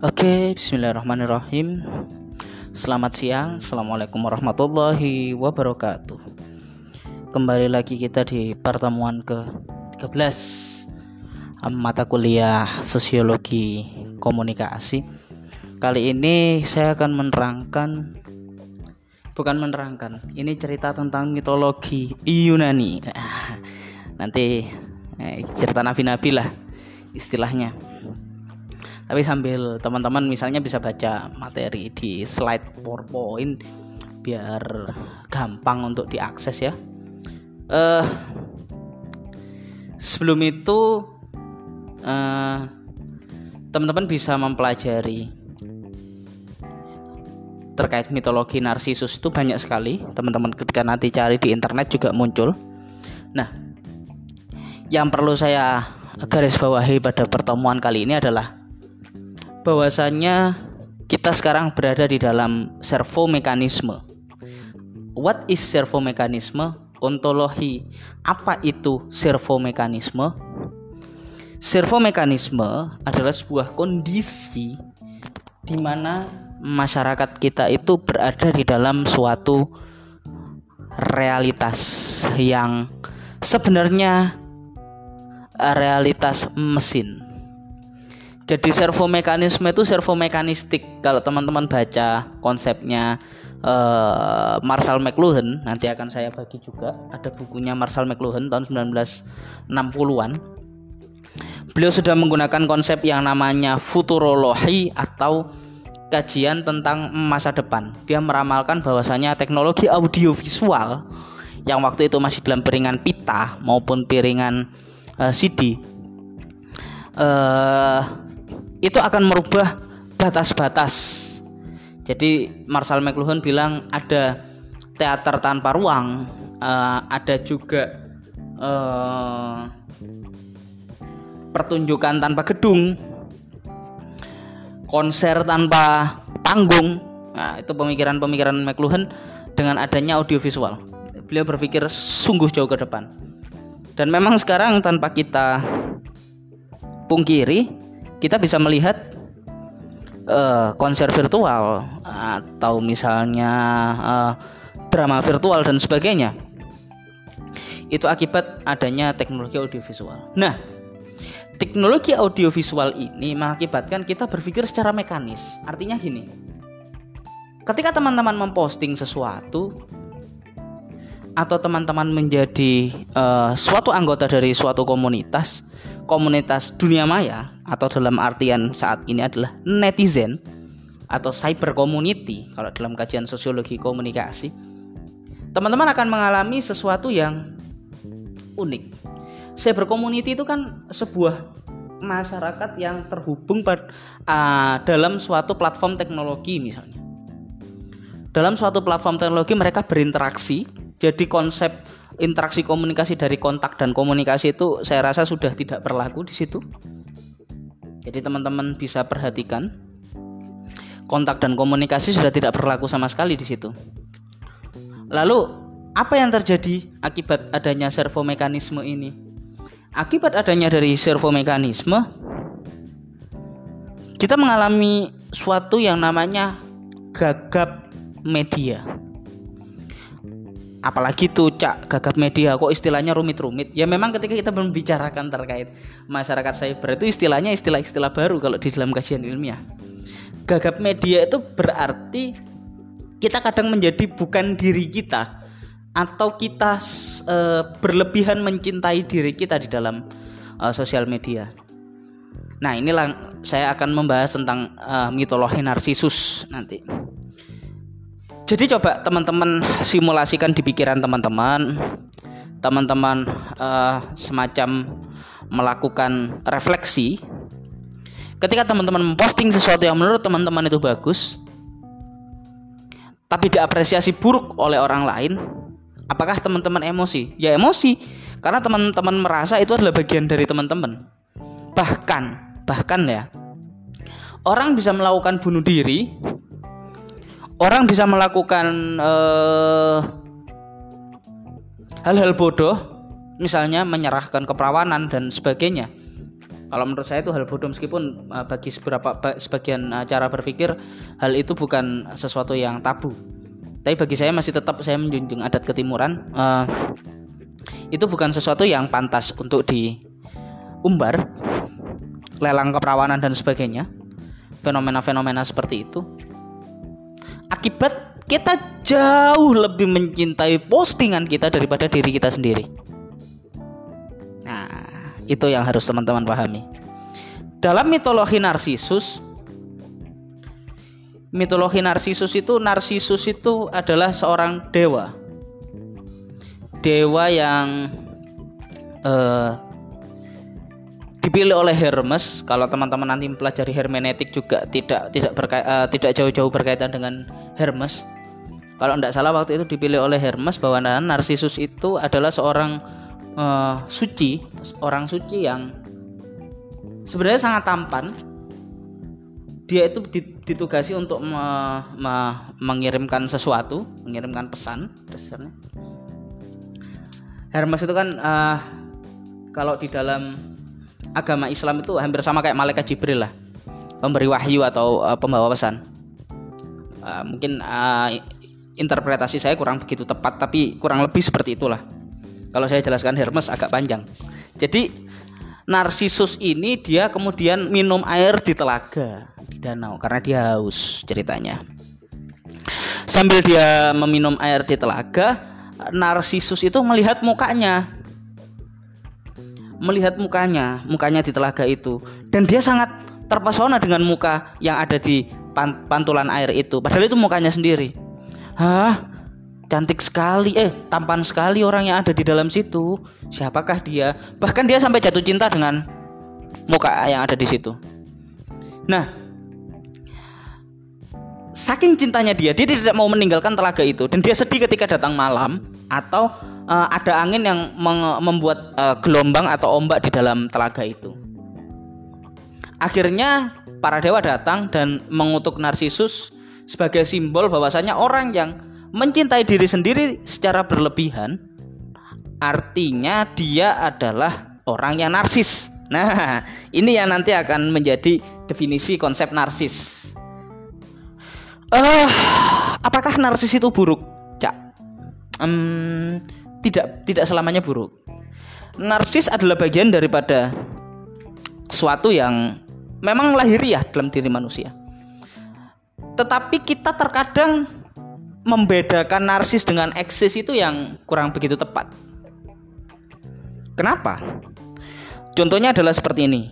Oke, bismillahirrahmanirrahim. Selamat siang, assalamualaikum warahmatullahi wabarakatuh. Kembali lagi kita di pertemuan ke-13 mata kuliah Sosiologi Komunikasi. Kali ini saya akan ini cerita tentang mitologi Yunani. Nanti cerita nabi-nabi lah istilahnya. Tapi sambil teman-teman misalnya bisa baca materi di slide PowerPoint biar gampang untuk diakses ya. Sebelum itu teman-teman bisa mempelajari terkait mitologi Narsisus itu banyak sekali. Teman-teman ketika nanti cari di internet juga muncul. Nah, yang perlu saya garis bawahi pada pertemuan kali ini adalah bahwasanya kita sekarang berada di dalam servomekanisme. What is servomekanisme? Ontologi apa itu servomekanisme? Servomekanisme adalah sebuah kondisi di mana masyarakat kita itu berada di dalam suatu realitas yang sebenarnya realitas mesin. Jadi servomekanisme itu servomekanistik. Kalau teman-teman baca konsepnya Marshall McLuhan, nanti akan saya bagi juga. Ada bukunya Marshall McLuhan tahun 1960-an. Beliau sudah menggunakan konsep yang namanya futurologi atau kajian tentang masa depan. Dia meramalkan bahwasanya teknologi audiovisual yang waktu itu masih dalam piringan pita maupun piringan CD itu akan merubah batas-batas. Jadi Marshall McLuhan bilang ada teater tanpa ruang, ada juga pertunjukan tanpa gedung, konser tanpa panggung. Nah, itu pemikiran-pemikiran McLuhan dengan adanya audiovisual. Beliau berpikir sungguh jauh ke depan. Dan memang sekarang tanpa kita pungkiri, kita bisa melihat konser virtual atau misalnya drama virtual dan sebagainya. Itu akibat adanya teknologi audiovisual. Nah, teknologi audiovisual ini mengakibatkan kita berpikir secara mekanis. Artinya gini, ketika teman-teman memposting sesuatu atau teman-teman menjadi suatu anggota dari suatu komunitas dunia maya, atau dalam artian saat ini adalah netizen atau cyber community kalau dalam kajian sosiologi komunikasi, teman-teman akan mengalami sesuatu yang unik. Cyber community itu kan sebuah masyarakat yang terhubung dalam suatu platform teknologi. Misalnya dalam suatu platform teknologi mereka berinteraksi. Jadi konsep interaksi komunikasi dari kontak dan komunikasi itu saya rasa sudah tidak berlaku di situ. Jadi teman-teman bisa perhatikan, kontak dan komunikasi sudah tidak berlaku sama sekali di situ. Lalu apa yang terjadi akibat adanya servomekanisme ini? Akibat adanya dari servomekanisme, kita mengalami suatu yang namanya gagap media. Apalagi tuh gagap media, kok istilahnya rumit-rumit. Ya memang ketika kita membicarakan terkait masyarakat cyber itu istilahnya istilah-istilah baru kalau di dalam kajian ilmiah. Gagap media itu berarti kita kadang menjadi bukan diri kita, atau kita berlebihan mencintai diri kita di dalam sosial media. Nah, inilah saya akan membahas tentang mitologi Narsisus nanti. Jadi coba teman-teman simulasikan di pikiran teman-teman semacam melakukan refleksi. Ketika teman-teman memposting sesuatu yang menurut teman-teman itu bagus, tapi diapresiasi buruk oleh orang lain, apakah teman-teman emosi? Ya emosi, karena teman-teman merasa itu adalah bagian dari teman-teman. Bahkan ya, orang bisa melakukan bunuh diri, orang bisa melakukan hal-hal bodoh, misalnya menyerahkan keperawanan dan sebagainya, Kalau menurut saya itu hal bodoh, meskipun bagi sebagian cara berpikir hal itu bukan sesuatu yang tabu. Tapi bagi saya masih tetap saya menjunjung adat ketimuran. Itu bukan sesuatu yang pantas untuk diumbar, lelang keperawanan dan sebagainya. Fenomena-fenomena seperti itu. Akibat kita jauh lebih mencintai postingan kita daripada diri kita sendiri. Nah, itu yang harus teman-teman pahami. Dalam mitologi Narsisus itu, Narsisus itu adalah seorang dewa. Dewa yang dipilih oleh Hermes. Kalau teman-teman nanti mempelajari hermeneutik juga tidak jauh-jauh berkaitan dengan Hermes. Kalau tidak salah waktu itu dipilih oleh Hermes bahwa Narsisus itu adalah seorang suci, orang suci yang sebenarnya sangat tampan. Dia itu ditugasi untuk mengirimkan sesuatu, mengirimkan pesan dasarnya. Hermes itu kan kalau di dalam agama Islam itu hampir sama kayak malaikat Jibril lah, pemberi wahyu atau pembawa pesan. Mungkin interpretasi saya kurang begitu tepat, tapi kurang lebih seperti itulah. Kalau saya jelaskan Hermes agak panjang. Jadi Narsisus ini dia kemudian minum air di telaga, di danau, karena dia haus ceritanya. Sambil dia meminum air di telaga, Narsisus itu melihat mukanya di telaga itu, dan dia sangat terpesona dengan muka yang ada di pantulan air itu, padahal itu mukanya sendiri. Cantik sekali, tampan sekali orang yang ada di dalam situ. Siapakah dia? Bahkan dia sampai jatuh cinta dengan muka yang ada di situ. Nah, saking cintanya dia tidak mau meninggalkan telaga itu, dan dia sedih ketika datang malam atau ada angin yang membuat gelombang atau ombak di dalam telaga itu. Akhirnya para dewa datang dan mengutuk Narsisus sebagai simbol bahwasanya orang yang mencintai diri sendiri secara berlebihan artinya dia adalah orang yang narsis. Nah, ini yang nanti akan menjadi definisi konsep narsis. Apakah narsis itu buruk, Cak? Tidak selamanya buruk. Narsis adalah bagian daripada suatu yang memang lahiriah dalam diri manusia. Tetapi kita terkadang membedakan narsis dengan eksis itu yang kurang begitu tepat. Kenapa? Contohnya adalah seperti ini.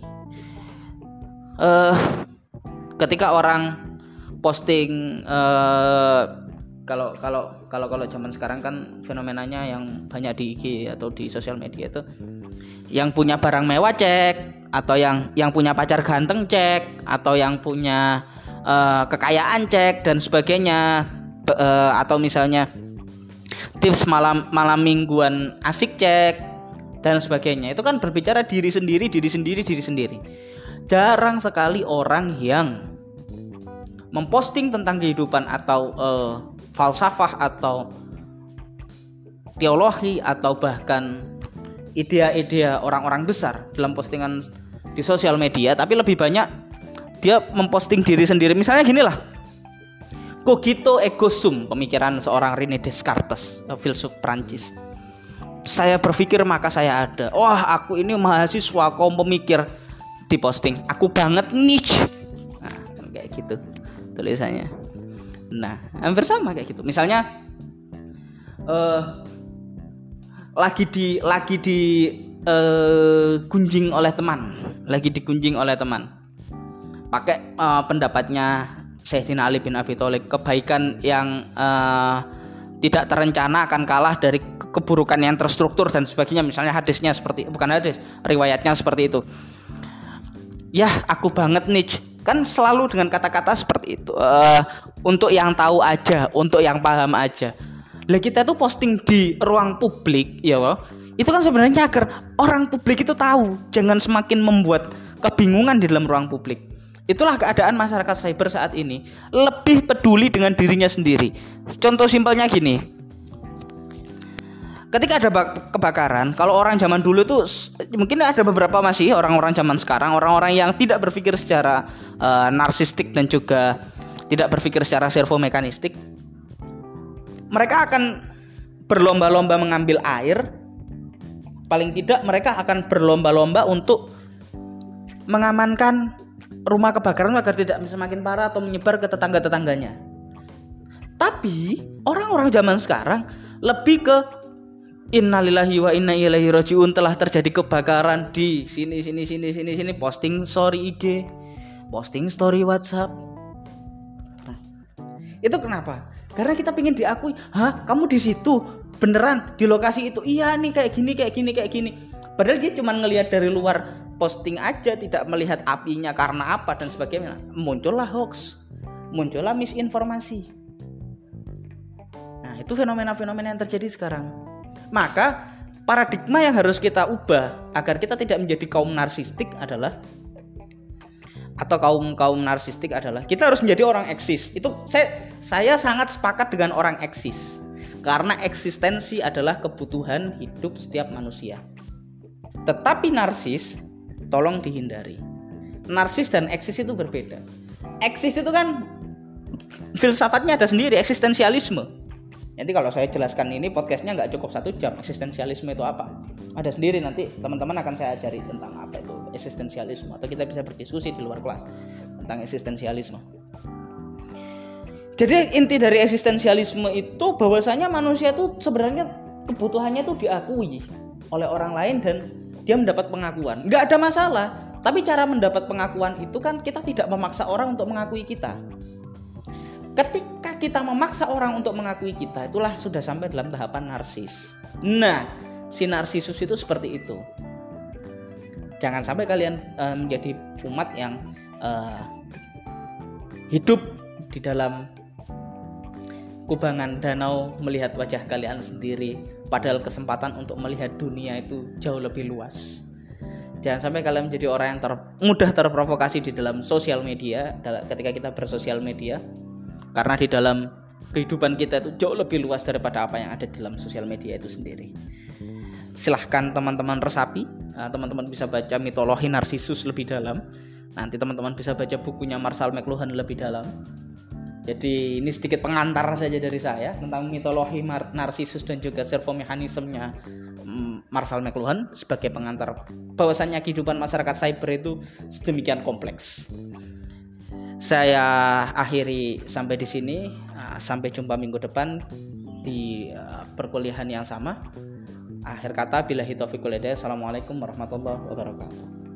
Ketika orang posting, kalau zaman sekarang kan fenomenanya yang banyak di IG atau di sosial media itu, yang punya barang mewah cek, atau yang punya pacar ganteng cek, atau yang punya kekayaan cek dan sebagainya, atau misalnya tips malam mingguan asik cek dan sebagainya. Itu kan berbicara diri sendiri. Jarang sekali orang yang memposting tentang kehidupan atau falsafah atau teologi atau bahkan ide-ide orang-orang besar dalam postingan di sosial media, tapi lebih banyak dia memposting diri sendiri. Misalnya ginilah, cogito ergo sum, pemikiran seorang René Descartes, filsuf Prancis. Saya berpikir maka saya ada. Wah, aku ini mahasiswa kaum pemikir, diposting. Aku banget Nietzsche. Nah, kayak gitu tulisannya. Nah, hampir sama kayak gitu. Misalnya lagi digunjing oleh teman. Pakai pendapatnya Sayyidina Ali bin Abi Thalib, kebaikan yang tidak terencana akan kalah dari keburukan yang terstruktur dan sebagainya. Misalnya hadisnya riwayatnya seperti itu. Ya, aku banget Nietzsche. Kan selalu dengan kata-kata seperti itu. Untuk yang tahu aja, untuk yang paham aja. Lah kita tuh posting di ruang publik, ya loh. Itu kan sebenarnya agar orang publik itu tahu, jangan semakin membuat kebingungan di dalam ruang publik. Itulah keadaan masyarakat cyber saat ini, lebih peduli dengan dirinya sendiri. Contoh simpelnya gini. ketika ada kebakaran, kalau orang zaman dulu tuh mungkin ada beberapa masih orang-orang zaman sekarang, orang-orang yang tidak berpikir secara narsistik dan juga tidak berpikir secara servomekanistik, mereka akan berlomba-lomba mengambil air. Paling tidak mereka akan berlomba-lomba untuk mengamankan rumah kebakaran agar tidak semakin parah atau menyebar ke tetangga-tetangganya. Tapi orang-orang zaman sekarang lebih ke innalillahi wa inna ilaihi rajiun, telah terjadi kebakaran di sini, posting story IG, posting story WhatsApp. Nah, itu kenapa? Karena kita pengen diakui, kamu di situ beneran di lokasi itu, iya nih kayak gini. Padahal dia cuma ngelihat dari luar posting aja, tidak melihat apinya karena apa dan sebagainya. Muncullah hoax, muncullah misinformasi. Nah, itu fenomena-fenomena yang terjadi sekarang. Maka paradigma yang harus kita ubah agar kita tidak menjadi kaum narsistik adalah, atau kaum narsistik adalah, kita harus menjadi orang eksis. Itu saya sangat sepakat dengan orang eksis. Karena eksistensi adalah kebutuhan hidup setiap manusia. Tetapi narsis tolong dihindari. Narsis dan eksis itu berbeda. Eksis itu kan filsafatnya ada sendiri, eksistensialisme. Nanti kalau saya jelaskan ini podcastnya nggak cukup 1 jam. Eksistensialisme itu apa? Ada sendiri, nanti teman-teman akan saya ajari tentang apa itu eksistensialisme, atau kita bisa berdiskusi di luar kelas tentang eksistensialisme. Jadi inti dari eksistensialisme itu bahwasanya manusia itu sebenarnya kebutuhannya itu diakui oleh orang lain dan dia mendapat pengakuan. Nggak ada masalah, tapi cara mendapat pengakuan itu kan kita tidak memaksa orang untuk mengakui kita. Ketika kita memaksa orang untuk mengakui kita, itulah sudah sampai dalam tahapan narsis. Nah, si narsisus itu seperti itu. Jangan sampai kalian menjadi umat yang hidup di dalam kubangan danau melihat wajah kalian sendiri, padahal kesempatan untuk melihat dunia itu jauh lebih luas. Jangan sampai kalian menjadi orang yang mudah terprovokasi di dalam sosial media ketika kita bersosial media, karena di dalam kehidupan kita itu jauh lebih luas daripada apa yang ada di dalam sosial media itu sendiri. Silahkan teman-teman resapi, teman-teman bisa baca mitologi Narsisus lebih dalam. Nanti teman-teman bisa baca bukunya Marshall McLuhan lebih dalam. Jadi ini sedikit pengantar saja dari saya tentang mitologi Narsisus dan juga servomekanismenya Marshall McLuhan sebagai pengantar bahwasannya kehidupan masyarakat cyber itu sedemikian kompleks. Saya akhiri sampai di sini. Sampai jumpa minggu depan di perkuliahan yang sama. Akhir kata, billahi taufiq wal hidayah. Assalamualaikum warahmatullahi wabarakatuh.